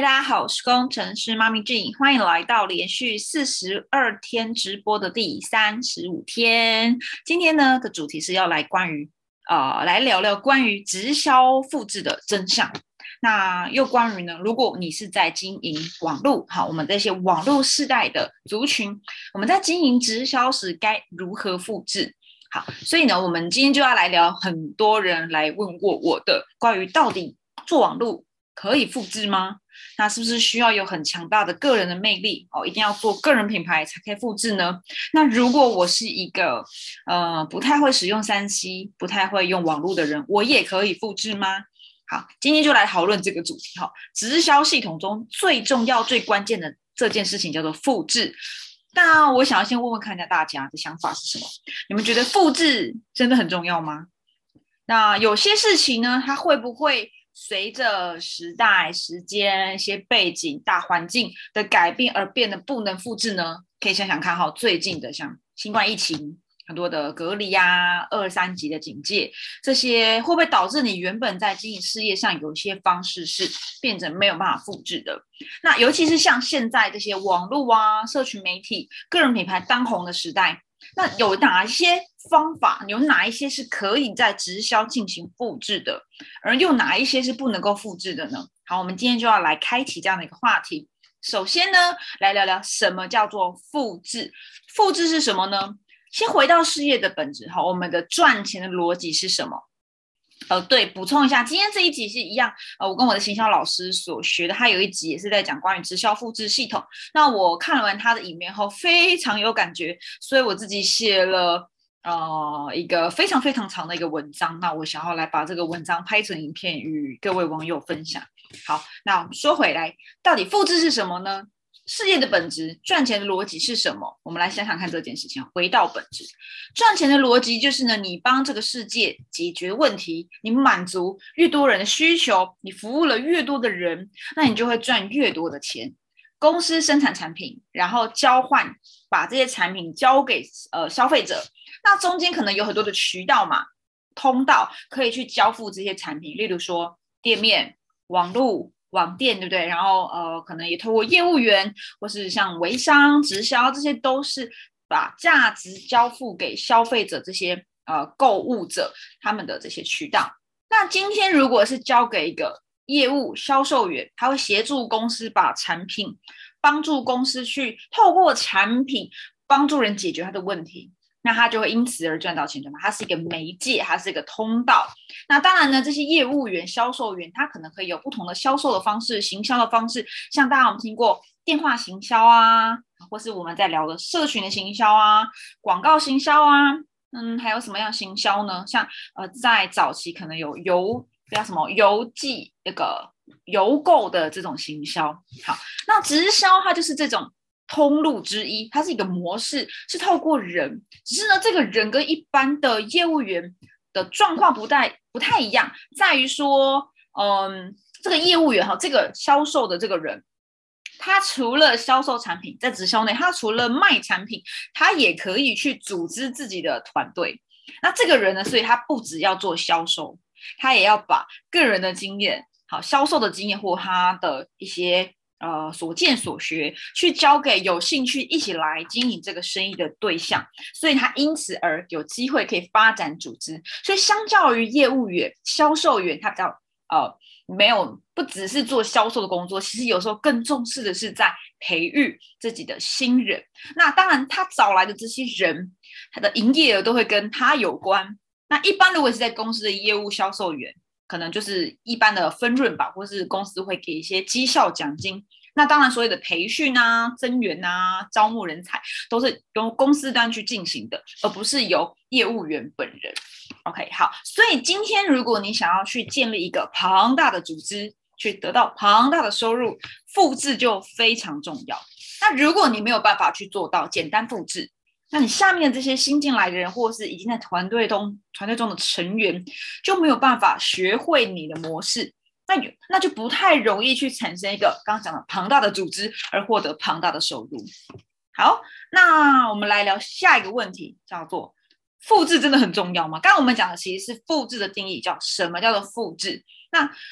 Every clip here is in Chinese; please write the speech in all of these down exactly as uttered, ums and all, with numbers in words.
大家好，我是工程师妈咪 G， 欢迎来到连续四十二天直播的第三十五天。今天呢的主题是要来关于呃来聊聊关于直销复制的真相。那又关于呢，如果你是在经营网络，好，我们这些网络世代的族群，我们在经营直销时该如何复制？好，所以呢，我们今天就要来聊很多人来问过我的关于到底做网络可以复制吗？那是不是需要有很强大的个人的魅力哦？一定要做个人品牌才可以复制呢？那如果我是一个呃不太会使用三 C、不太会用网络的人，我也可以复制吗？好，今天就来讨论这个主题哈。直销系统中最重要、最关键的这件事情叫做复制。那我想要先问问看一下大家的想法是什么？你们觉得复制真的很重要吗？那有些事情呢，它会不会随着时代、时间、一些背景、大环境的改变而变得不能复制呢？可以想想看哈，最近的像新冠疫情，很多的隔离啊、二三级的警戒，这些会不会导致你原本在经营事业上有一些方式是变成没有办法复制的？那尤其是像现在这些网络啊、社群媒体、个人品牌当红的时代，那有哪一些方法，有哪一些是可以在直销进行复制的，而又哪一些是不能够复制的呢？好，我们今天就要来开启这样的一个话题。首先呢，来聊聊什么叫做复制。复制是什么呢？先回到事业的本质，好，我们的赚钱的逻辑是什么？呃，对，补充一下，今天这一集是一样，呃，我跟我的行销老师所学的，他有一集也是在讲关于直销复制系统。那我看完他的影片后，非常有感觉，所以我自己写了呃一个非常非常长的一个文章。那我想要来把这个文章拍成影片与各位网友分享。好，那说回来，到底复制是什么呢？事业的本质，赚钱的逻辑是什么？我们来想想看这件事情。回到本质，赚钱的逻辑就是呢，你帮这个世界解决问题，你满足越多人的需求，你服务了越多的人，那你就会赚越多的钱。公司生产产品，然后交换，把这些产品交给呃消费者，那中间可能有很多的渠道嘛，通道可以去交付这些产品，例如说店面、网络。网店对不对？然后呃，可能也透过业务员或是像微商、直销，这些都是把价值交付给消费者这些呃购物者他们的这些渠道。那今天如果是交给一个业务销售员，他会协助公司把产品帮助公司去透过产品帮助人解决他的问题。那他就会因此而赚到钱，对吗？它是一个媒介，它是一个通道。那当然呢，这些业务员、销售员，他可能可以有不同的销售的方式、行销的方式。像大家我们听过电话行销啊，或是我们在聊的社群的行销啊、广告行销啊，嗯，还有什么样行销呢？像呃，在早期可能有邮叫什么邮寄那个邮购的这种行销。好，那直销它就是这种通路之一，它是一个模式，是透过人，只是呢，这个人跟一般的业务员的状况不太不太一样，在于说，嗯，这个业务员哈，这个销售的这个人，他除了销售产品，在直销内，他除了卖产品，他也可以去组织自己的团队。那这个人呢，所以他不只要做销售，他也要把个人的经验，好，销售的经验或他的一些。呃，所见所学，去交给有兴趣一起来经营这个生意的对象，所以他因此而有机会可以发展组织。所以相较于业务员、销售员，他比较呃没有不只是做销售的工作，其实有时候更重视的是在培育自己的新人。那当然，他找来的这些人，他的营业额都会跟他有关。那一般如果是在公司的业务销售员，可能就是一般的分润吧，或是公司会给一些绩效奖金。那当然，所有的培训啊、增援啊、招募人才，都是由公司端去进行的，而不是由业务员本人。OK， 好，所以今天如果你想要去建立一个庞大的组织，去得到庞大的收入，复制就非常重要。那如果你没有办法去做到简单复制，那你下面的这些新进来的人，或是已经在团队中团队中的成员，就没有办法学会你的模式，那那就不太容易去产生一个刚刚讲的庞大的组织，而获得庞大的收入。好，那我们来聊下一个问题，叫做复制真的很重要吗？刚刚我们讲的其实是复制的定义，叫什么叫做复制？那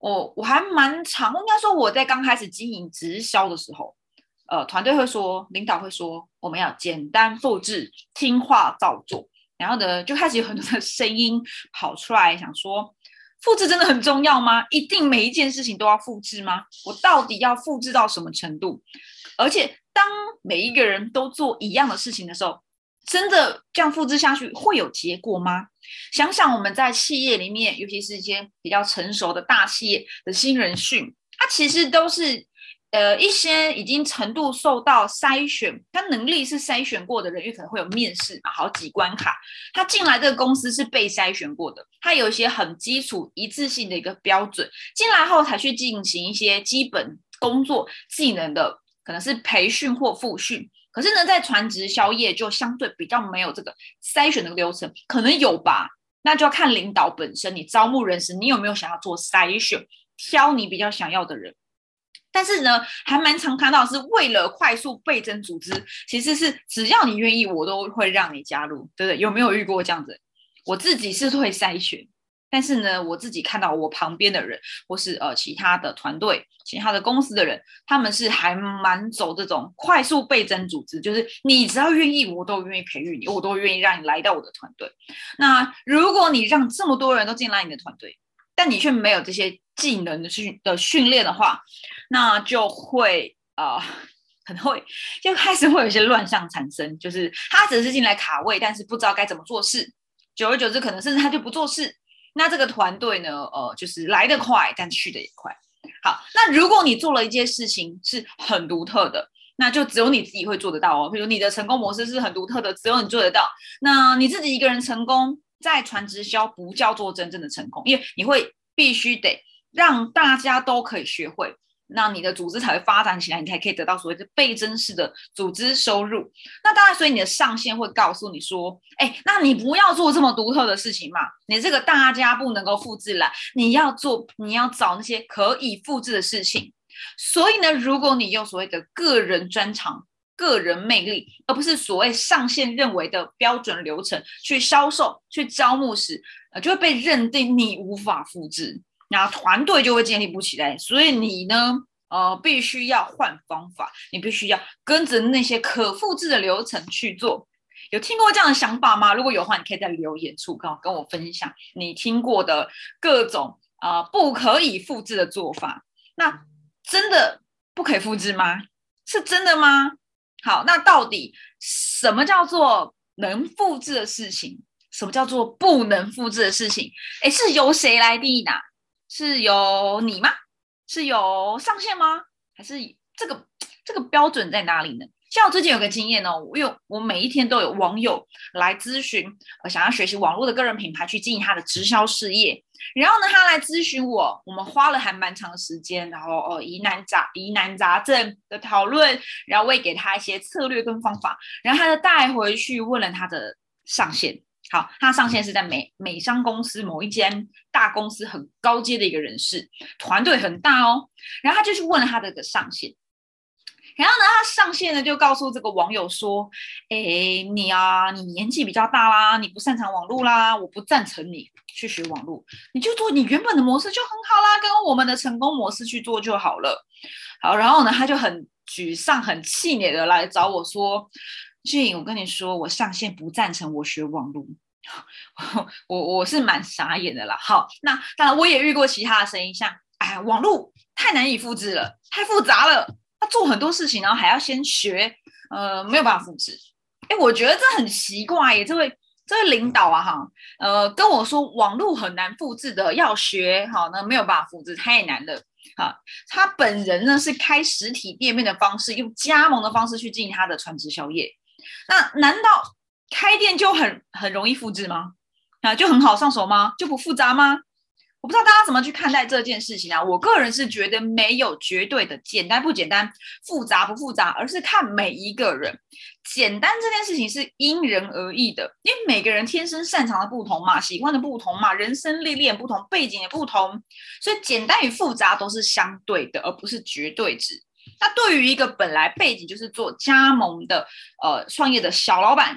我我还蛮常，应该说我在刚开始经营直销的时候，呃，团队会说，领导会说，我们要简单复制，听话照做。然后呢，就开始有很多的声音跑出来，想说，复制真的很重要吗？一定每一件事情都要复制吗？我到底要复制到什么程度？而且，当每一个人都做一样的事情的时候，真的这样复制下去会有结果吗？想想我们在企业里面，尤其是一些比较成熟的大企业的新人训，它其实都是呃一些已经程度受到筛选，他能力是筛选过的人，因为可能会有面试嘛，好几关卡，他进来这个公司是被筛选过的，他有一些很基础一致性的一个标准，进来后才去进行一些基本工作技能的，可能是培训或复训。可是呢，在传直销业就相对比较没有这个筛选的流程，可能有吧，那就要看领导本身，你招募人时，你有没有想要做筛选，挑你比较想要的人。但是呢，还蛮常看到是为了快速倍增组织，其实是只要你愿意，我都会让你加入，对不对？有没有遇过这样子？我自己是会筛选。但是呢，我自己看到我旁边的人，或是呃其他的团队、其他的公司的人，他们是还蛮走这种快速倍增组织，就是你只要愿意，我都愿意培育你，我都愿意让你来到我的团队。那如果你让这么多人都进来你的团队，但你却没有这些技能的训的训练的话，那就会呃可能会就开始会有一些乱象产生，就是他只是进来卡位，但是不知道该怎么做事，久而久之，可能甚至他就不做事。那这个团队呢，呃，就是来得快，但去得也快。好，那如果你做了一件事情是很独特的，那就只有你自己会做得到哦。比如你的成功模式是很独特的，只有你做得到。那你自己一个人成功，在传直销不叫做真正的成功，因为你会必须得让大家都可以学会。那你的组织才会发展起来，你才可以得到所谓的倍增式的组织收入。那当然，所以你的上线会告诉你说，哎，那你不要做这么独特的事情嘛，你这个大家不能够复制来，你要做，你要找那些可以复制的事情。所以呢，如果你用所谓的个人专长、个人魅力，而不是所谓上线认为的标准流程去销售、去招募时，呃，就会被认定你无法复制。那团队就会建立不起来，所以你呢，呃，必须要换方法，你必须要跟着那些可复制的流程去做。有听过这样的想法吗？如果有的话，你可以在留言处跟跟我分享你听过的各种啊、呃、不可以复制的做法。那真的不可以复制吗？是真的吗？好，那到底什么叫做能复制的事情？什么叫做不能复制的事情？哎，是由谁来定义的？是由你吗？是由上线吗？还是这个这个标准在哪里呢？像我最近有个经验哦，因为我每一天都有网友来咨询，呃，想要学习网络的个人品牌去经营他的直销事业。然后呢，他来咨询我，我们花了还蛮长的时间，然后呃疑难杂疑难杂症的讨论，然后我也给他一些策略跟方法，然后他就带回去问了他的上线。好，他上线是在美美商公司某一间大公司很高阶的一个人士，团队很大哦。然后他就去问了他的个上线，然后呢，他上线呢就告诉这个网友说：“哎，你啊，你年纪比较大啦，你不擅长网络啦，我不赞成你去学网络，你就做你原本的模式就很好啦，跟我们的成功模式去做就好了。”好，然后呢，他就很沮丧、很气馁的来找我说。俊，我跟你说，我上线不赞成我学网络，我我是蛮傻眼的啦。好，那当然我也遇过其他的声音，像哎，网络太难以复制了，太复杂了，要做很多事情，然后还要先学，呃，没有办法复制。哎，我觉得这很奇怪耶，这位这位领导啊，哈，呃，跟我说网络很难复制的，要学，好，那没有办法复制，太难了。好，他本人呢是开实体店面的方式，用加盟的方式去经营他的传直销业。那难道开店就很很容易复制吗？啊，就很好上手吗？就不复杂吗？我不知道大家怎么去看待这件事情啊。我个人是觉得没有绝对的简单不简单、复杂不复杂，而是看每一个人。简单这件事情是因人而异的，因为每个人天生擅长的不同嘛，喜欢的不同嘛，人生历练不同，背景也不同，所以简单与复杂都是相对的，而不是绝对值。那对于一个本来背景就是做加盟的呃创业的小老板，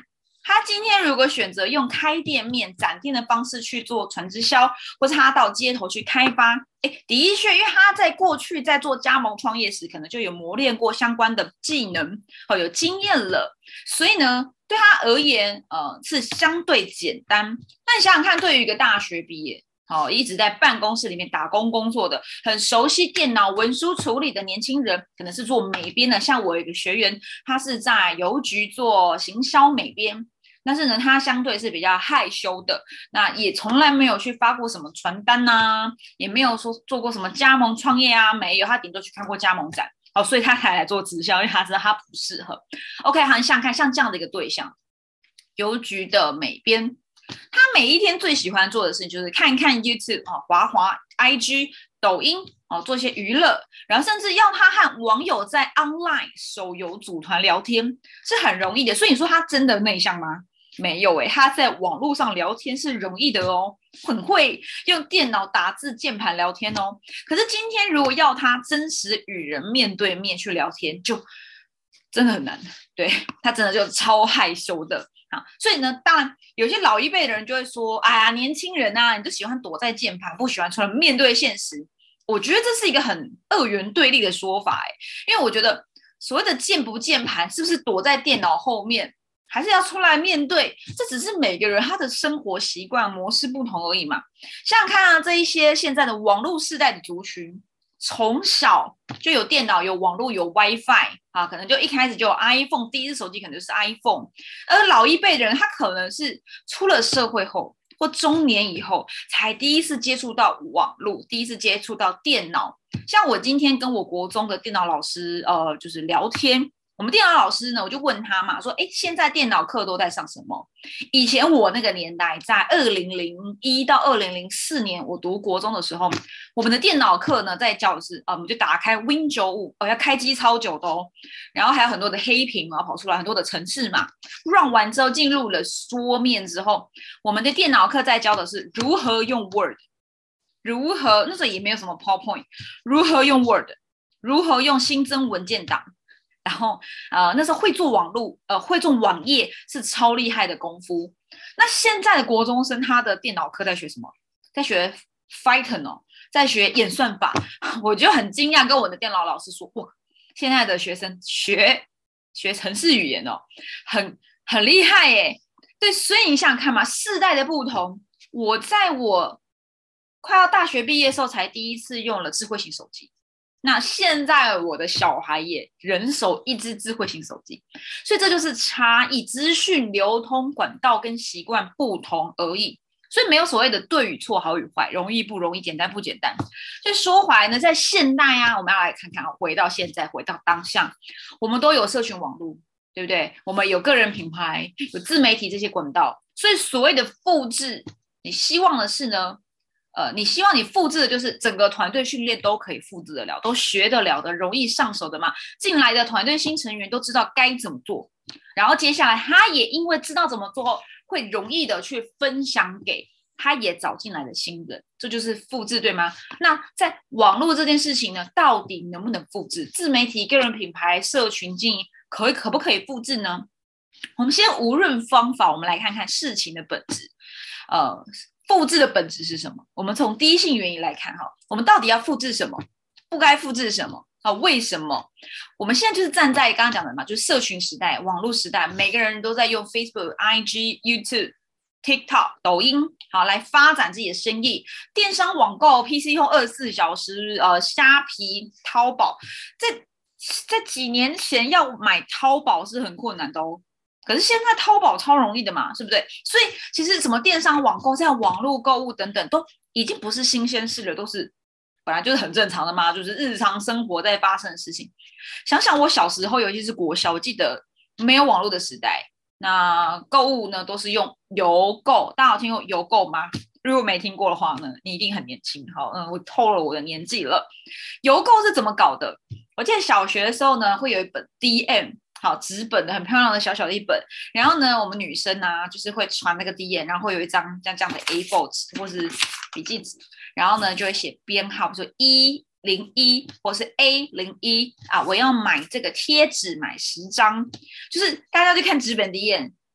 他今天如果选择用开店面、展店的方式去做传直销，或是他到街头去开发，哎，的确，因为他在过去在做加盟创业时，可能就有磨练过相关的技能，哦，有经验了，所以呢，对他而言，呃，是相对简单。那你想想看，对于一个大学毕业，哦，一直在办公室里面打工工作的，很熟悉电脑文书处理的年轻人，可能是做美编的。像我有一个学员，他是在邮局做行销美编，但是呢，他相对是比较害羞的，那也从来没有去发过什么传单啊，也没有说做过什么加盟创业啊，没有，他顶多去看过加盟展。哦，所以他才来做直销，因为他知道他不适合。OK， 好，你想想看，像这样的一个对象，邮局的美编。他每一天最喜欢做的事情就是看看 YouTube 啊、哦，滑滑 I G、抖音哦，做一些娱乐，然后甚至要他和网友在 online 手游组团聊天是很容易的。所以你说他真的内向吗？没有诶、欸，他在网络上聊天是容易的哦，很会用电脑打字、键盘聊天哦。可是今天如果要他真实与人面对面去聊天，就真的很难。对，他真的就超害羞的。啊，所以呢，当然有些老一辈的人就会说：“哎呀，年轻人啊，你就喜欢躲在键盘，不喜欢出来面对现实。”我觉得这是一个很二元对立的说法，哎，因为我觉得所谓的键不键盘，是不是躲在电脑后面，还是要出来面对？这只是每个人他的生活习惯模式不同而已嘛。想想看啊，这一些现在的网络世代的族群。从小就有电脑、有网络、有 WiFi 啊，可能就一开始就有 iPhone， 第一只手机可能就是 iPhone。而老一辈的人，他可能是出了社会后或中年以后，才第一次接触到网络，第一次接触到电脑。像我今天跟我国中的电脑老师，呃，就是聊天。我们电脑老师呢，我就问他嘛，说，哎，现在电脑课都在上什么？以前我那个年代，在二零零一到二零零四年，我读国中的时候，我们的电脑课呢，在教的是，呃，我们就打开 Win 九五，哦，要开机超久的哦，然后还有很多的黑屏啊，跑出来很多的程式嘛，run 完之后进入了桌面之后，我们的电脑课在教的是如何用 Word， 如何那时候也没有什么 PowerPoint， 如何用 Word， 如何用新增文件档。然后，呃，那时候会做网络，呃，会做网页是超厉害的功夫。那现在的国中生，他的电脑课在学什么？在学 Python 哦，在学演算法。我就很惊讶，跟我的电脑老师说：“哇，现在的学生学学程式语言哦，很很厉害耶。”对，所以你想想看嘛，世代的不同，我在我快要大学毕业的时候，才第一次用了智慧型手机。那现在我的小孩也人手一只智慧型手机，所以这就是差异，资讯流通管道跟习惯不同而已。所以没有所谓的对与错、好与坏、容易不容易、简单不简单。所以说回来呢，在现代啊，我们要来看看，回到现在，回到当下，我们都有社群网络，对不对？我们有个人品牌，有自媒体这些管道，所以所谓的复制，你希望的是呢？呃，你希望你复制的就是整个团队训练都可以复制得了，都学得了的，容易上手的嘛。进来的团队新成员都知道该怎么做，然后接下来他也因为知道怎么做，会容易的去分享给他也找进来的新人，这就是复制，对吗？那在网络这件事情呢，到底能不能复制？自媒体、个人品牌、社群经营，可以可不可以复制呢？我们先无论方法，我们来看看事情的本质。呃。复制的本质是什么？我们从第一性原因来看哈，我们到底要复制什么？不该复制什么？啊，为什么？我们现在就是站在刚刚讲的嘛，就是社群时代、网络时代，每个人都在用 Facebook、I G、YouTube、TikTok、抖音，好来发展自己的生意。电商网购 ，P C 用二十四小时，呃，虾皮、淘宝，在在几年前要买淘宝是很困难的哦。可是现在淘宝超容易的嘛，是不是？所以其实什么电商网购、像网络购物等等，都已经不是新鲜事了，都是本来就是很正常的嘛，就是日常生活在发生的事情。想想我小时候，尤其是国小，我记得没有网络的时代，那购物呢都是用邮购。大家有听过邮购吗？如果没听过的话呢，你一定很年轻。好，嗯，我透了我的年纪了。邮购是怎么搞的？我记得小学的时候呢，会有一本 D M。好，纸本的很漂亮的小小的一本，然后呢，我们女生啊，就是会传那个 D M，然后会有一张像这样的 A 四 纸或是笔记纸，然后呢就会写编号，说一零一或是 A 零一啊，我要买这个贴纸，买十张，就是大家去看纸本 D M，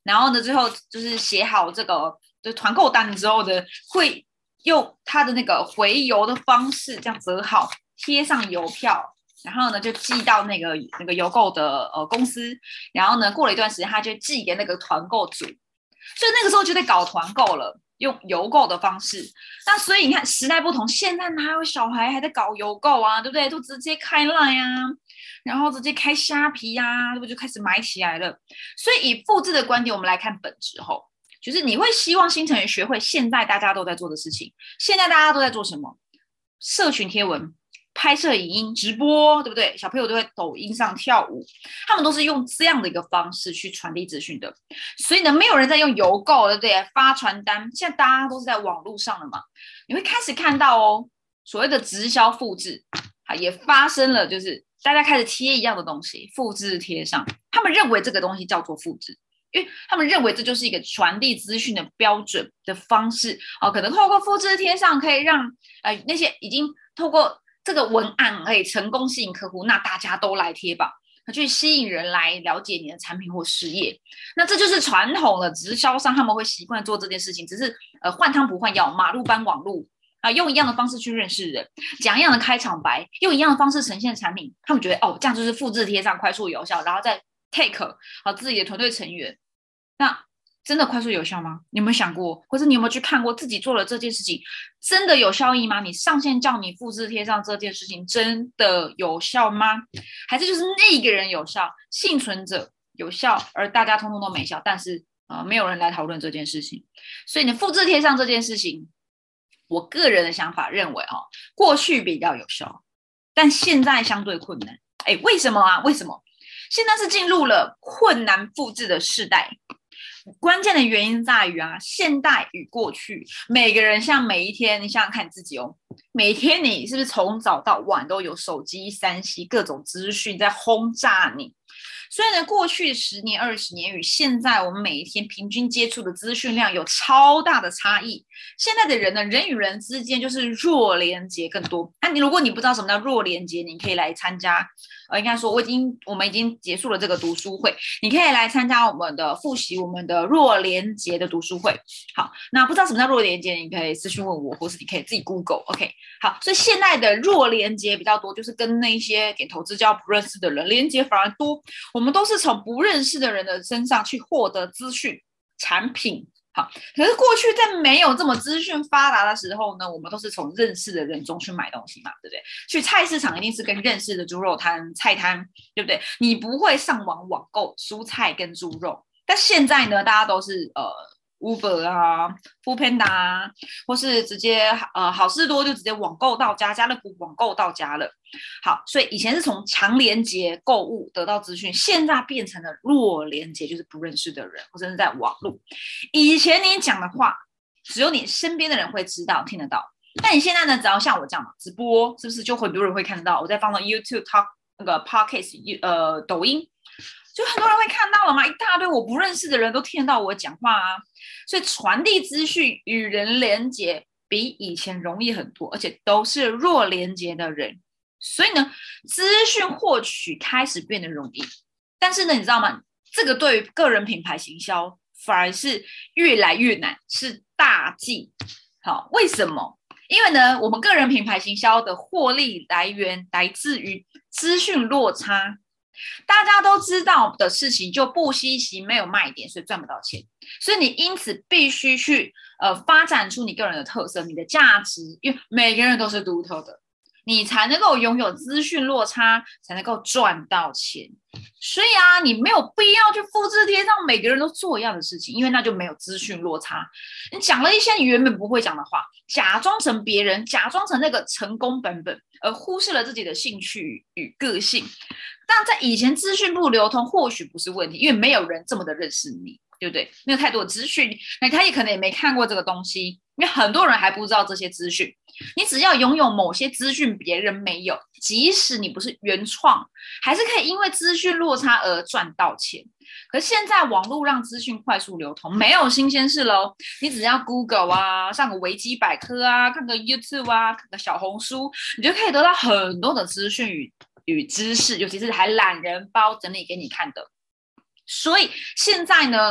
然后呢，最后就是写好这个就团购单之后呢，会用他的那个回邮的方式这样折好，贴上邮票，然后呢就寄到那个那个邮购的呃公司，然后呢过了一段时间，他就寄给那个团购组，所以那个时候就在搞团购了。用邮购的方式，那所以你看时代不同，现在哪有小孩还在搞邮购啊，对不对？都直接开 Line 啊，然后直接开虾皮啊，对不对？就开始买起来了。所以以复制的观点，我们来看本质后，就是你会希望新成员学会现在大家都在做的事情。现在大家都在做什么？社群贴文、拍摄影音、直播，对不对？小朋友都在抖音上跳舞，他们都是用这样的一个方式去传递资讯的。所以呢，没有人在用邮购，对不对？发传单，现在大家都是在网络上了嘛。你会开始看到哦，所谓的直销复制啊，也发生了，就是大家开始贴一样的东西，复制贴上。他们认为这个东西叫做复制，因为他们认为这就是一个传递资讯的标准的方式哦。可能透过复制贴上，可以让呃那些已经透过这个文案可以成功吸引客户，那大家都来贴吧，去吸引人来了解你的产品或事业。那这就是传统的直销商他们会习惯做这件事情，只是呃换汤不换药，马路搬网路啊、呃，用一样的方式去认识人，讲一样的开场白，用一样的方式呈现产品，他们觉得哦这样就是复制贴上快速有效，然后再 take 好自己的团队成员，那真的快速有效吗？你有没有想过，或者你有没有去看过自己做了这件事情真的有效益吗？你上线叫你复制贴上这件事情真的有效吗？还是就是那个人有效，幸存者有效，而大家通通都没效，但是呃没有人来讨论这件事情。所以你复制贴上这件事情，我个人的想法认为哦，过去比较有效，但现在相对困难。哎，为什么啊？为什么？现在是进入了困难复制的世代。关键的原因在于啊，现代与过去，每个人像每一天，你想想看你自己哦，每天你是不是从早到晚都有手机、三 C 各种资讯在轰炸你？所以呢，过去十年、二十年与现在我们每一天平均接触的资讯量有超大的差异。现在的人呢，人与人之间就是弱连结更多。那、啊、你如果你不知道什么叫弱连结，你可以来参加。呃，应该说我已经我们已经结束了这个读书会，你可以来参加我们的复习我们的弱连结的读书会。好，那不知道什么叫弱连结，你可以私讯问我，或是你可以自己 Google。OK， 好，所以现在的弱连结比较多，就是跟那些给投资交不认识的人连结反而多。我们都是从不认识的人的身上去获得资讯、产品。好，可是过去在没有这么资讯发达的时候呢，我们都是从认识的人中去买东西嘛，对不对？去菜市场一定是跟认识的猪肉摊、菜摊，对不对？你不会上网网购蔬菜跟猪肉，但现在呢，大家都是呃。Uber 啊 Foodpanda 啊，或是直接呃好事多就直接网购到家，家乐福网购到家了。好，所以以前是从强连结购物得到资讯，现在变成了弱连结，就是不认识的人或者是在网络。以前你讲的话，只有你身边的人会知道听得到，但你现在呢，只要像我这样嘛，直播是不是就很多人会看得到？我在放到 YouTube Talk 那个 Podcast 呃抖音。就很多人会看到了嘛，一大堆我不认识的人都听得到我讲话啊，所以传递资讯与人连结比以前容易很多，而且都是弱连结的人，所以呢，资讯获取开始变得容易。但是呢，你知道吗？这个对于个人品牌行销反而是越来越难，是大忌。好，为什么？因为呢，我们个人品牌行销的获利来源来自于资讯落差。大家都知道的事情就不稀奇，没有卖点，所以赚不到钱。所以你因此必须去呃发展出你个人的特色、你的价值，因为每个人都是独特的，你才能够拥有资讯落差，才能够赚到钱。所以啊，你没有必要去复制贴上每个人都做一样的事情，因为那就没有资讯落差。你讲了一些你原本不会讲的话，假装成别人，假装成那个成功版本，而忽视了自己的兴趣与个性。但在以前资讯不流通或许不是问题，因为没有人这么的认识你，对不对？没有太多的资讯，那他也可能也没看过这个东西，因为很多人还不知道这些资讯。你只要拥有某些资讯别人没有，即使你不是原创，还是可以因为资讯落差而赚到钱。可是现在网络让资讯快速流通，没有新鲜事咯，你只要 Google 啊，上个维基百科啊，看个 YouTube 啊，看个小红书，你就可以得到很多的资讯与与知识，尤其是还懒人包整理给你看的。所以现在呢，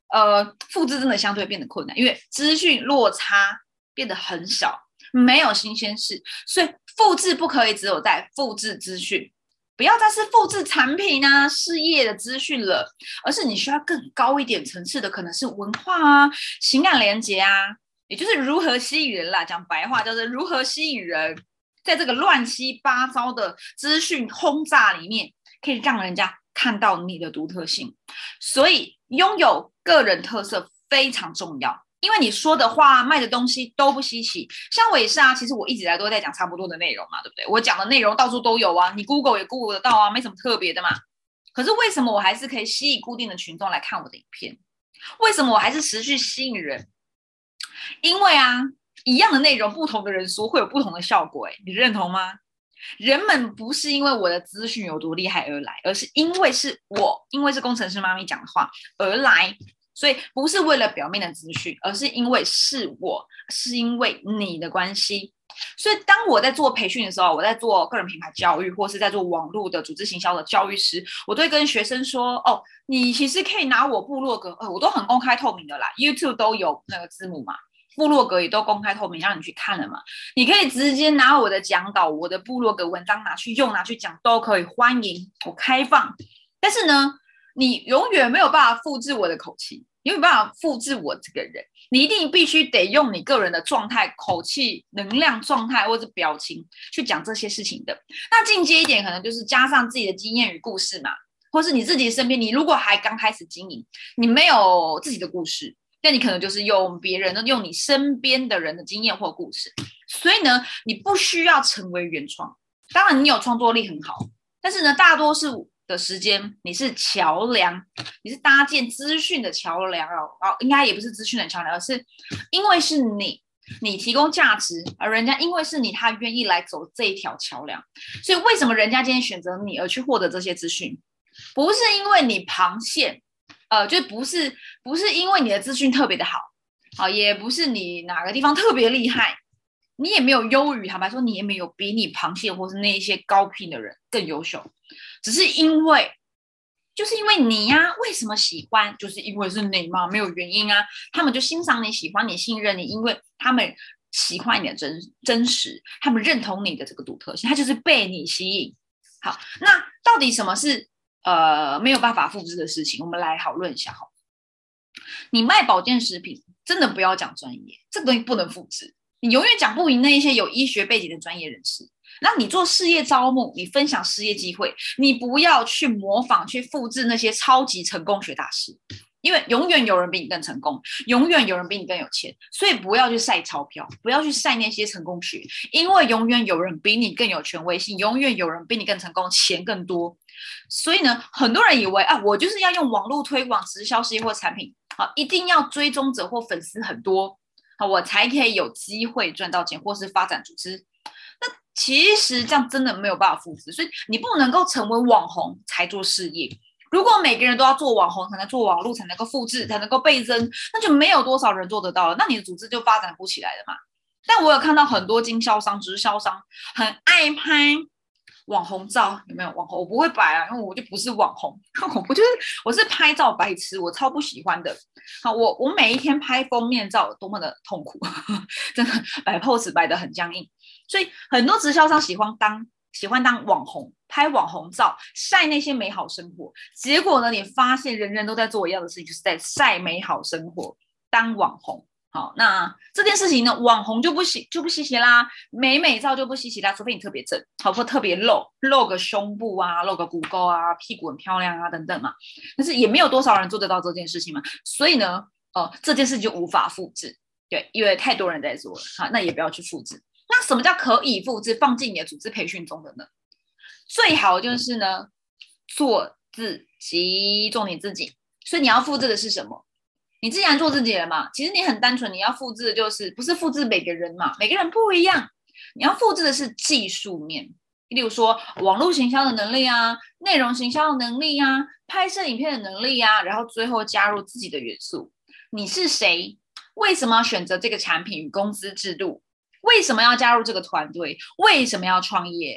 呃，复制真的相对变得困难，因为资讯落差变得很小，没有新鲜事，所以复制不可以只有在复制资讯，不要再是复制产品啊、事业的资讯了，而是你需要更高一点层次的，可能是文化啊、情感连结啊，也就是如何吸引人啦。讲白话就是如何吸引人，在这个乱七八糟的资讯轰炸里面，可以让人家看到你的独特性。所以拥有个人特色非常重要，因为你说的话、卖的东西都不稀奇。像我也是啊，其实我一直以来都在讲差不多的内容嘛，对不对？我讲的内容到处都有啊，你 Google 也 Google 得到啊，没什么特别的嘛。可是为什么我还是可以吸引固定的群众来看我的影片？为什么我还是持续吸引人？因为啊，一样的内容，不同的人说会有不同的效果，欸，你认同吗？人们不是因为我的资讯有多厉害而来，而是因为是我，因为是工程师妈咪讲的话而来。所以不是为了表面的资讯，而是因为是我，是因为你的关系。所以当我在做培训的时候，我在做个人品牌教育，或是在做网络的组织行销的教育时，我都会跟学生说，哦，你其实可以拿我部落格，呃，我都很公开透明的啦， YouTube 都有那个字幕嘛，部落格也都公开透明让你去看了嘛，你可以直接拿我的讲稿、我的部落格文章拿去用、拿去讲都可以，欢迎，我开放。但是呢，你永远没有办法复制我的口气，你没有办法复制我这个人，你一定必须得用你个人的状态、口气、能量状态或者表情去讲这些事情的。那进阶一点，可能就是加上自己的经验与故事嘛，或是你自己身边，你如果还刚开始经营，你没有自己的故事，那你可能就是用别人的、用你身边的人的经验或故事。所以呢，你不需要成为原创，当然你有创作力很好，但是呢，大多数的时间你是桥梁，你是搭建资讯的桥梁哦，哦，应该也不是资讯的桥梁，而是因为是你，你提供价值，而人家因为是你，他愿意来走这一条桥梁。所以为什么人家今天选择你而去获得这些资讯，不是因为你旁线，呃，就不是不是因为你的资讯特别的好，好，也不是你哪个地方特别厉害，你也没有优于，坦白说，你也没有比你旁线或是那一些高聘的人更优秀。只是因为，就是因为你呀、啊，为什么喜欢？就是因为是你嘛，没有原因啊。他们就欣赏你、喜欢你、信任你，因为他们喜欢你的真真实，他们认同你的这个独特性，他就是被你吸引。好，那到底什么是呃没有办法复制的事情？我们来讨论一下哈。你卖保健食品，真的不要讲专业，这个东西不能复制，你永远讲不赢那一些有医学背景的专业人士。那你做事业招募，你分享事业机会，你不要去模仿、去复制那些超级成功学大师，因为永远有人比你更成功，永远有人比你更有钱，所以不要去晒钞票，不要去晒那些成功学，因为永远有人比你更有权威性，永远有人比你更成功，钱更多。所以呢，很多人以为啊，我就是要用网络推广直销事业或产品，啊，一定要追踪者或粉丝很多，啊，我才可以有机会赚到钱或是发展组织。其实这样真的没有办法复制，所以你不能够成为网红才做事业。如果每个人都要做网红才能做网络，才能够复制，才能够倍增，那就没有多少人做得到了，那你的组织就发展不起来了嘛。但我有看到很多经销商、直销商很爱拍网红照，有没有网红？我不会摆啊，因为我就不是网红，我不就是我是拍照白痴，我超不喜欢的。好，我我每一天拍封面照多么的痛苦，真的摆 pose 摆得很僵硬。所以很多直销商喜欢当喜欢当网红，拍网红照，晒那些美好生活。结果呢，你发现人人都在做一样的事情，就是在晒美好生活，当网红。好，那这件事情呢，网红就不稀就不稀奇啦，美美照就不稀奇啦，除非你特别正，好或特别露，露个胸部啊，露个骨沟啊，屁股很漂亮啊，等等嘛。但是也没有多少人做得到这件事情嘛，所以呢，呃，这件事就无法复制，对，因为太多人在做了，好，那也不要去复制。那什么叫可以复制放进你的组织培训中的呢？最好就是呢，做自己，做你自己。所以你要复制的是什么？你既然做自己了嘛，其实你很单纯，你要复制的就是不是复制每个人嘛，每个人不一样，你要复制的是技术面，例如说网络行销的能力啊，内容行销的能力啊，拍摄影片的能力啊，然后最后加入自己的元素。你是谁？为什么要选择这个产品与公司制度？为什么要加入这个团队？为什么要创业？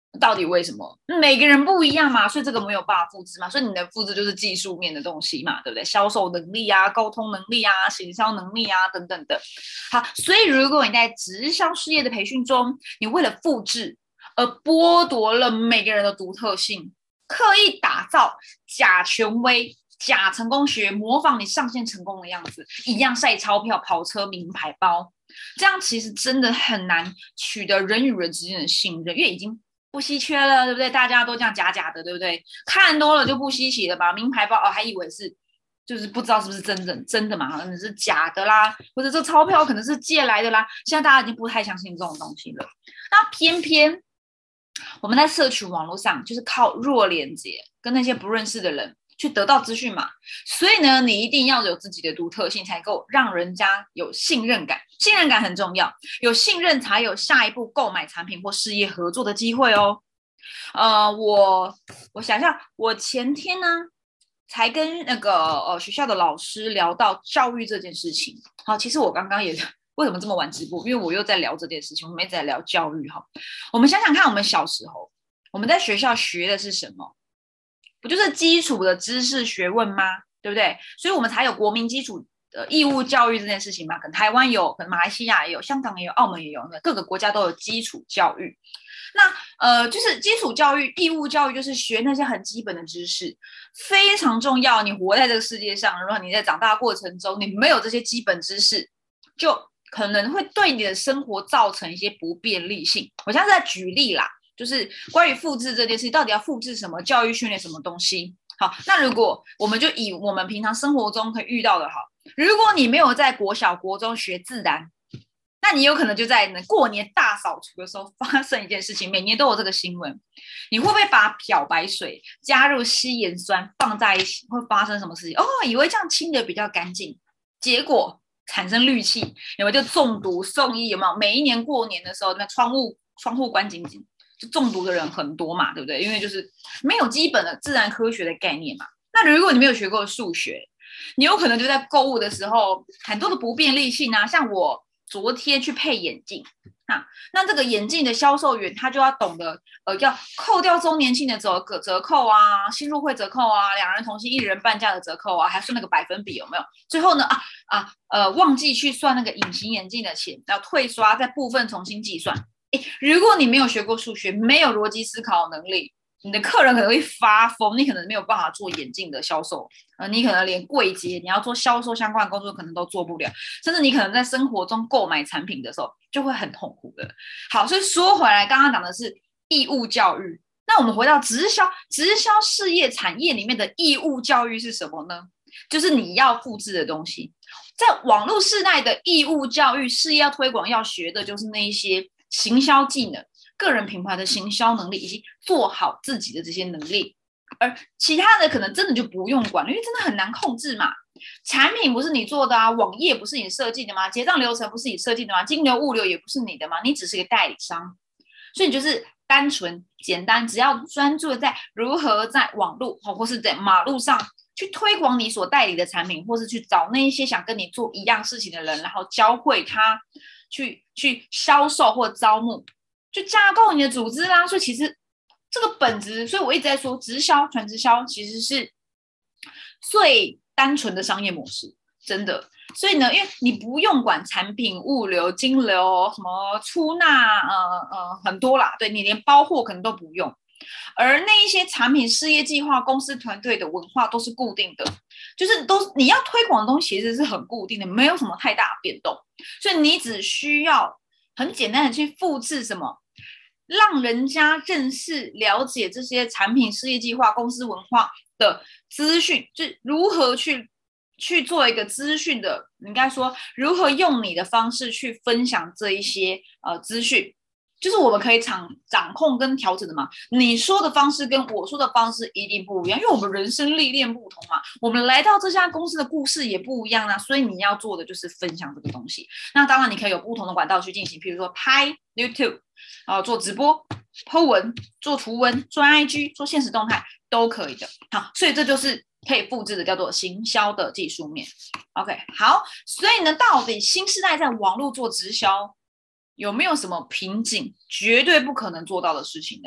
到底为什么？每个人不一样嘛，所以这个没有办法复制嘛，所以你的复制就是技术面的东西嘛，对不对？销售能力啊，沟通能力啊，行销能力啊，等等的。好，所以如果你在直销事业的培训中，你为了复制而剥夺了每个人的独特性，刻意打造假权威、假成功学，模仿你上线成功的样子，一样晒钞票、跑车、名牌包，这样其实真的很难取得人与人之间的信任，因为已经不稀缺了，对不对？大家都这样假假的，对不对？看多了就不稀奇了吧？名牌包哦，还以为是，就是不知道是不是真的真的嘛？可能是假的啦，或者这钞票可能是借来的啦。现在大家已经不太相信这种东西了。那偏偏我们在社群网络上，就是靠弱连接跟那些不认识的人去得到资讯嘛，所以呢，你一定要有自己的独特性，才够让人家有信任感。信任感很重要，有信任才有下一步购买产品或事业合作的机会哦。呃，我我想一下，我前天呢才跟那个呃学校的老师聊到教育这件事情。好，其实我刚刚也为什么这么晚直播？因为我又在聊这件事情，我们一直在聊教育哈。我们想想看，我们小时候我们在学校学的是什么？不就是基础的知识学问吗？对不对？所以我们才有国民基础呃义务教育这件事情嘛。可能台湾有，可能马来西亚也有，香港也有，澳门也有，各个国家都有基础教育。那呃，就是基础教育、义务教育，就是学那些很基本的知识，非常重要。你活在这个世界上，如果你在长大过程中，你没有这些基本知识，就可能会对你的生活造成一些不便利性。我现在是在举例啦。就是关于复制这件事，到底要复制什么教育训练什么东西？好，那如果我们就以我们平常生活中可以遇到的，好，如果你没有在国小、国中学自然，那你有可能就在过年大扫除的时候发生一件事情，每年都有这个新闻，你会不会把漂白水加入稀盐酸放在一起，会发生什么事情？哦，以为这样清的比较干净，结果产生氯气，有没有就中毒送医？有没有？每一年过年的时候，那窗户窗户关紧紧。就中毒的人很多嘛，对不对？因为就是没有基本的自然科学的概念嘛。那如果你没有学过数学，你有可能就在购物的时候很多的不便利性啊。像我昨天去配眼镜啊，那这个眼镜的销售员他就要懂得呃，要扣掉周年庆的折折扣啊，新入会折扣啊，两人同行一人半价的折扣啊，还算那个百分比有没有？最后呢啊啊呃，忘记去算那个隐形眼镜的钱，要退刷，再部分重新计算。如果你没有学过数学，没有逻辑思考能力，你的客人可能会发疯，你可能没有办法做眼镜的销售，呃，你可能连柜姐你要做销售相关的工作可能都做不了，甚至你可能在生活中购买产品的时候就会很痛苦的。好，所以说回来，刚刚讲的是义务教育，那我们回到直销，直销事业产业里面的义务教育是什么呢？就是你要复制的东西。在网络时代的义务教育事业要推广要学的就是那一些行销技能、个人品牌的行销能力，以及做好自己的这些能力。而其他的可能真的就不用管了，因为真的很难控制嘛。产品不是你做的啊，网页不是你设计的吗？结账流程不是你设计的吗？金流物流也不是你的吗？你只是一个代理商，所以你就是单纯简单，只要专注在如何在网络或是在马路上去推广你所代理的产品，或是去找那一些想跟你做一样事情的人，然后教会他去去销售或招募，就架构你的组织啦。所以其实这个本质，所以我一直在说，直销、传直销其实是最单纯的商业模式，真的。所以呢，因为你不用管产品、物流、金流、什么出纳，呃呃，很多啦，对，你连包货可能都不用。而那一些产品、事业计划、公司团队的文化都是固定的，就是都你要推广的东西其实是很固定的，没有什么太大的变动。所以你只需要很简单的去复制什么，让人家认识、了解这些产品、事业计划、公司文化的资讯，就如何去去做一个资讯的，应该说如何用你的方式去分享这一些呃资讯。就是我们可以掌掌控跟调整的嘛，你说的方式跟我说的方式一定不一样，因为我们人生历练不同嘛，我们来到这家公司的故事也不一样啊，所以你要做的就是分享这个东西。那当然你可以有不同的管道去进行，比如说拍 YouTube， 啊，做直播、po 文、做图文、做 I G、做限时动态都可以的。好，所以这就是可以复制的，叫做行销的技术面。OK， 好，所以呢，到底新世代在网络做直销有没有什么瓶颈？绝对不可能做到的事情呢？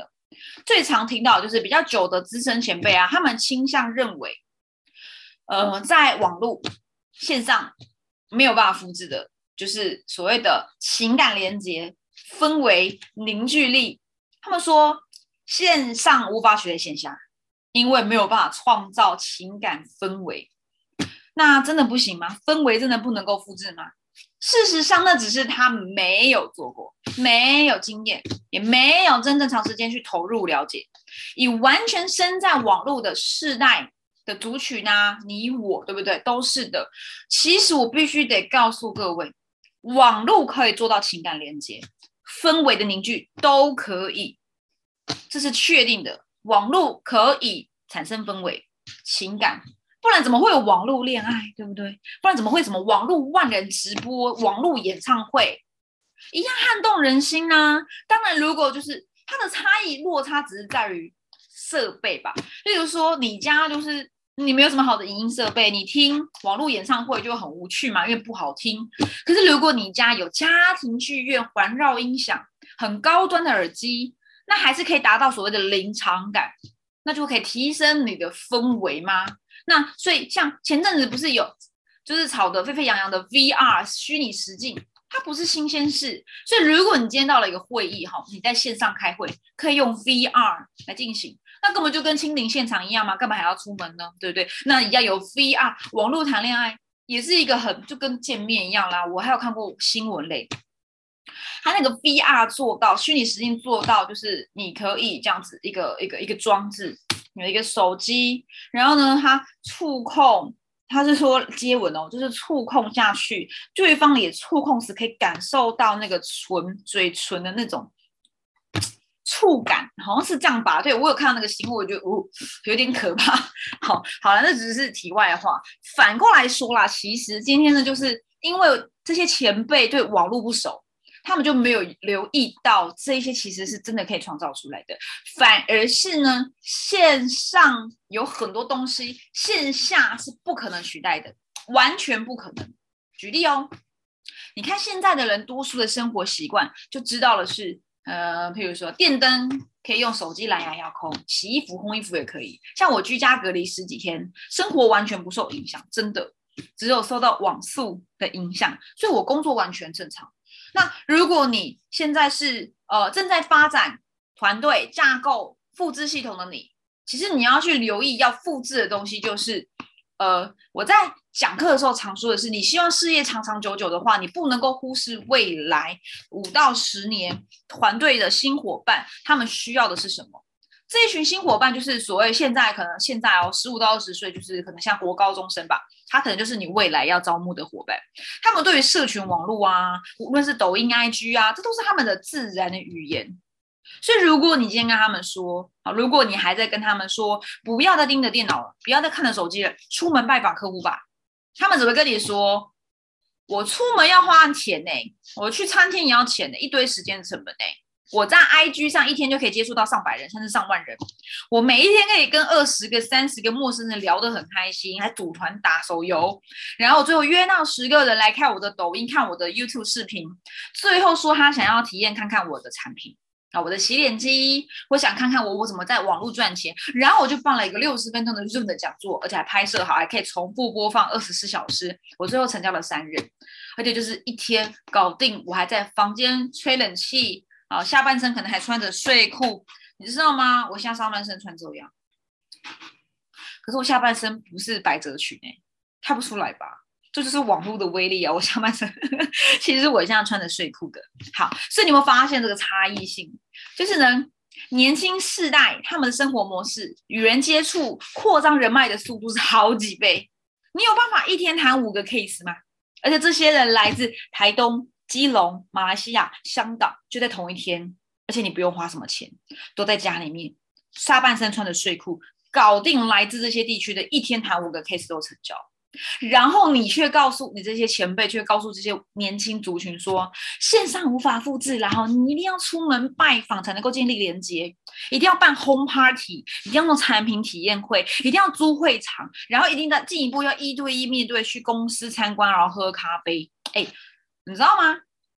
最常听到就是比较久的资深前辈啊，他们倾向认为，呃，在网络线上没有办法复制的，就是所谓的情感连结、氛围凝聚力。他们说线上无法取代线下，因为没有办法创造情感氛围。那真的不行吗？氛围真的不能够复制吗？事实上，那只是他没有做过，没有经验，也没有真正长时间去投入了解。以完全身在网络的世代的族群啊，你我对不对？都是的。其实我必须得告诉各位，网络可以做到情感连接、氛围的凝聚都可以，这是确定的。网络可以产生氛围、情感。不然怎么会有网络恋爱，对不对？不然怎么会什么网络万人直播、网络演唱会，一样撼动人心呢、啊？当然，如果就是它的差异落差只是在于设备吧。例如说，你家就是你没有什么好的影音设备，你听网络演唱会就很无趣嘛，因为不好听。可是如果你家有家庭剧院环绕音响、很高端的耳机，那还是可以达到所谓的临场感，那就可以提升你的氛围吗？那所以像前阵子不是有就是炒得沸沸扬扬的 V R 虚拟实境，它不是新鲜事。所以如果你今天到了一个会议，你在线上开会可以用 V R 来进行，那根本就跟亲临现场一样嘛，干嘛还要出门呢？对不对？那也要有 V R 网络谈恋爱也是一个很就跟见面一样啦。我还有看过新闻类，它那个 V R 做到虚拟实境做到，就是你可以这样子一个一个一个装置，有一个手机，然后呢，它触控，它是说接吻哦，就是触控下去，对方也触控时可以感受到那个唇嘴唇的那种触感，好像是这样吧？对，我有看到那个新闻，我觉得哦有点可怕。好，好了，那只是题外话。反过来说啦，其实今天呢，就是因为这些前辈对网络不熟。他们就没有留意到这些其实是真的可以创造出来的，反而是呢，线上有很多东西，线下是不可能取代的，完全不可能。举例哦，你看现在的人多数的生活习惯，就知道了是，呃，譬如说电灯可以用手机蓝牙遥控，洗衣服、烘衣服也可以。像我居家隔离十几天，生活完全不受影响，真的，只有受到网速的影响，所以我工作完全正常。那如果你现在是呃正在发展团队架构复制系统的你，其实你要去留意要复制的东西，就是呃我在讲课的时候常说的是，你希望事业长长久久的话，你不能够忽视未来五到十年团队的新伙伴他们需要的是什么。这一群新伙伴就是所谓现在可能现在哦十五到二十岁，就是可能像国高中生吧，他可能就是你未来要招募的伙伴。他们对于社群网络啊，无论是抖音、I G 啊，这都是他们的自然的语言。所以如果你今天跟他们说，如果你还在跟他们说不要再盯着电脑了，不要再看着手机了，出门拜访客户吧，他们只会跟你说，我出门要花钱呢、欸，我去餐厅也要钱呢、欸，一堆时间的成本呢、欸。我在 I G 上一天就可以接触到上百人甚至上万人，我每一天可以跟二十个三十个陌生人聊得很开心，还组团打手游，然后最后约到十个人来看我的抖音，看我的 YouTube 视频，最后说他想要体验看看我的产品啊，我的洗脸机，我想看看我我怎么在网络赚钱，然后我就办了一个六十分钟的 Zoom 的讲座，而且还拍摄好，还可以重复播放二十四小时，我最后成交了三人，而且就是一天搞定，我还在房间吹冷气。好，下半身可能还穿着睡裤，你知道吗？我现在上半身穿这样，可是我下半身不是百褶裙哎、欸，看不出来吧？这就是网络的威力啊！我下半身其实我现在穿着睡裤的。好，所以你有没有发现这个差异性？就是呢，年轻世代他们的生活模式、与人接触、扩张人脉的速度是好几倍。你有办法一天谈五个 case 吗？而且这些人来自台东。基隆、马来西亚、香港就在同一天，而且你不用花什么钱，都在家里面，下半身穿着睡裤，搞定来自这些地区的一天谈五个 case 都成交。然后你却告诉你这些前辈，却告诉这些年轻族群说，线上无法复制，然后你一定要出门拜访才能够建立连接，一定要办 home party， 一定要弄产品体验会，一定要租会场，然后一定要进一步要一对一面对去公司参观，然后喝咖啡。哎。你知道吗？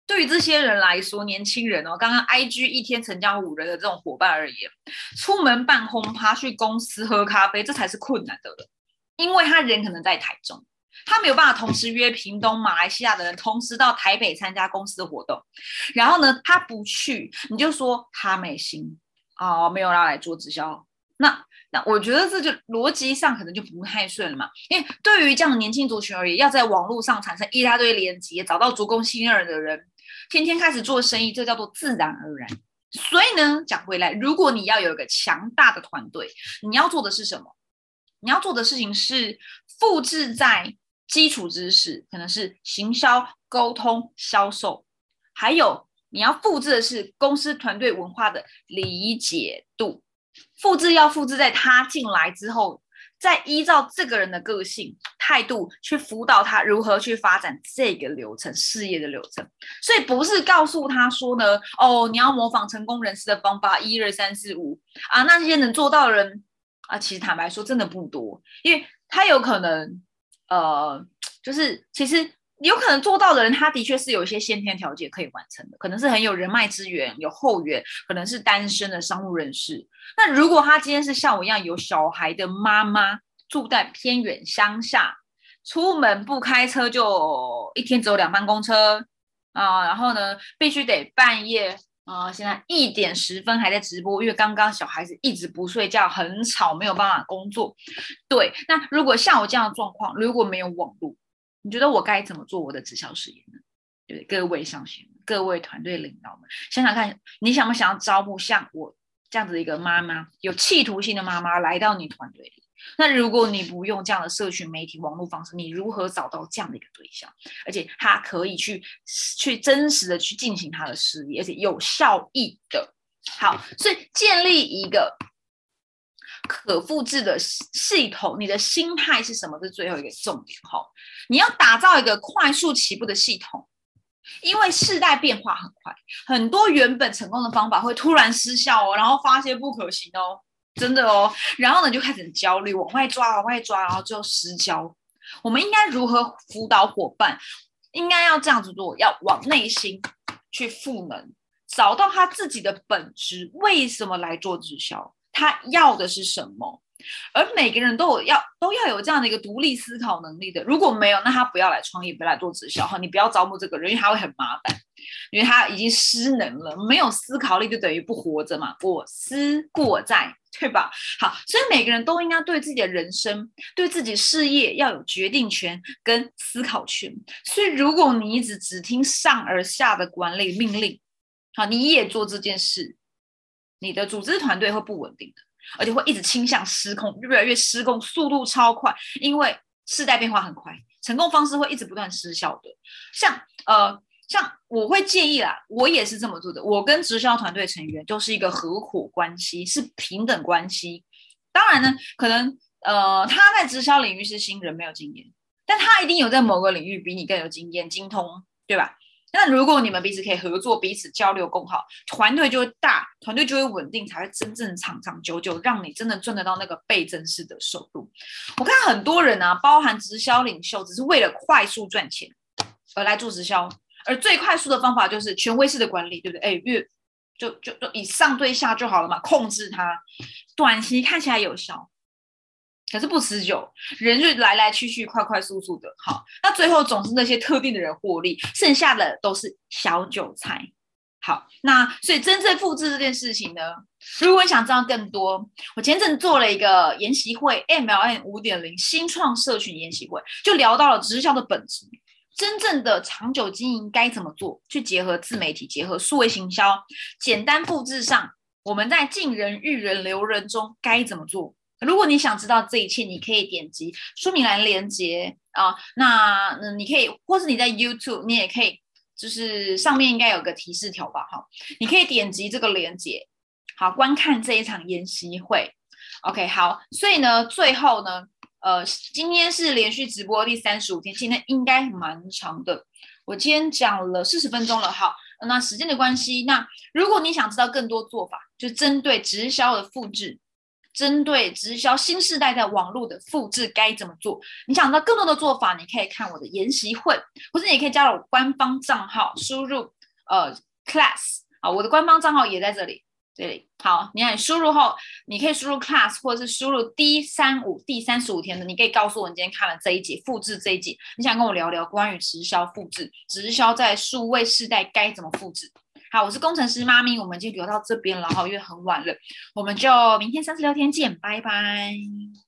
对于这些人来说，年轻人哦，刚刚 I G 一天成交五人的这种伙伴而言，出门办轰趴，去公司喝咖啡，这才是困难的了。因为他人可能在台中，他没有办法同时约屏东、马来西亚的人同时到台北参加公司的活动。然后呢，他不去，你就说他没心哦，没有要来做直销。那那我觉得这就逻辑上可能就不太顺了嘛。因为对于这样的年轻族群而言，要在网络上产生一大堆连接，找到足够信任的人，天天开始做生意，这叫做自然而然。所以呢，讲回来，如果你要有一个强大的团队，你要做的是什么？你要做的事情是复制在基础知识，可能是行销、沟通、销售，还有你要复制的是公司团队文化的理解度。复制要复制在他进来之后，再依照这个人的个性、态度去辅导他如何去发展这个流程、事业的流程。所以不是告诉他说呢，哦，你要模仿成功人士的方法，一二三四五啊，那些能做到的人啊，其实坦白说真的不多，因为他有可能，呃，就是其实。有可能做到的人，他的确是有一些先天条件可以完成的，可能是很有人脉资源、有后援，可能是单身的商务人士。那如果他今天是像我一样有小孩的妈妈，住在偏远乡下，出门不开车就一天只有两班公车啊、呃，然后呢，必须得半夜啊、呃，现在一点十分还在直播，因为刚刚小孩子一直不睡觉，很吵，没有办法工作。对，那如果像我这样的状况，如果没有网络，你觉得我该怎么做我的直销事业呢？对，各位上线，各位团队领导们，想想看，你想不想要招募像我这样子的一个妈妈，有企图心的妈妈来到你团队里？那如果你不用这样的社群媒体网络方式，你如何找到这样的一个对象？而且他可以去去真实的去进行他的事业，而且有效益的。好，所以建立一个可复制的系统，你的心态是什么？是最后一个重点哈。你要打造一个快速起步的系统，因为世代变化很快，很多原本成功的方法会突然失效哦，然后发现不可行哦，真的哦。然后呢，就开始很焦虑，往外抓，往外抓，然后最后失焦。我们应该如何辅导伙伴？应该要这样子做，要往内心去赋能，找到他自己的本质，为什么来做直销？他要的是什么？而每个人都有要都要有这样的一个独立思考能力的。如果没有，那他不要来创业，不要来做直销哈，你不要招募这个人，因为他会很麻烦，因为他已经失能了，没有思考力就等于不活着嘛，我思过在，对吧？好，所以每个人都应该对自己的人生、对自己事业要有决定权跟思考权。所以，如果你一直只听上而下的管理命令，好，你也做这件事，你的组织团队会不稳定的。而且会一直倾向失控，越来越失控，速度超快，因为世代变化很快，成功方式会一直不断失效的。像呃，像我会建议啦，我也是这么做的。我跟直销团队成员就是一个合伙关系，是平等关系。当然呢，可能呃他在直销领域是新人，没有经验，但他一定有在某个领域比你更有经验、精通，对吧？那如果你们彼此可以合作，彼此交流共好，团队就会大，团队就会稳定，才会真正长长久久，让你真的赚得到那个倍增式的收入。我看很多人啊，包含直销领袖，只是为了快速赚钱而来做直销，而最快速的方法就是权威式的管理，对不对？哎，越就就就以上对下就好了嘛，控制它，短期看起来有效。可是不持久，人就来来去去，快快速速的。好，那最后总是那些特定的人获利，剩下的都是小韭菜。好，那所以真正复制这件事情呢，如果你想知道更多，我前阵做了一个研习会 ，M L M 五点零 新创社群研习会，就聊到了直销的本质，真正的长久经营该怎么做，去结合自媒体，结合数位行销，简单复制上，我们在进人、育人、留人中该怎么做。如果你想知道这一切，你可以点击说明栏连结啊。那、嗯、你可以，或是你在 YouTube， 你也可以，就是上面应该有个提示条吧，哈，你可以点击这个连结，好，观看这一场研习会。OK， 好，所以呢，最后呢，呃，今天是连续直播第三十五天，今天应该蛮长的。我今天讲了四十分钟了，好，那时间的关系，那如果你想知道更多做法，就针对直销的复制。 针对直销新世代的网络的复制该怎么做。你想到更多的做法，你可以看我的研习会，或者你也可以加入我官方账号，输入呃 class 啊，我的官方账号也在这里。这里好，你看输入后，你可以输入 class 或者是输入 D 三十五第三十五天的，你可以告诉我你今天看了这一节复制这一节，你想跟我聊聊关于直销复制，直销在数位世代该怎么复制。好，我是工程师妈咪，我们就聊到这边了，因为很晚了，我们就明天三十聊天见，拜拜。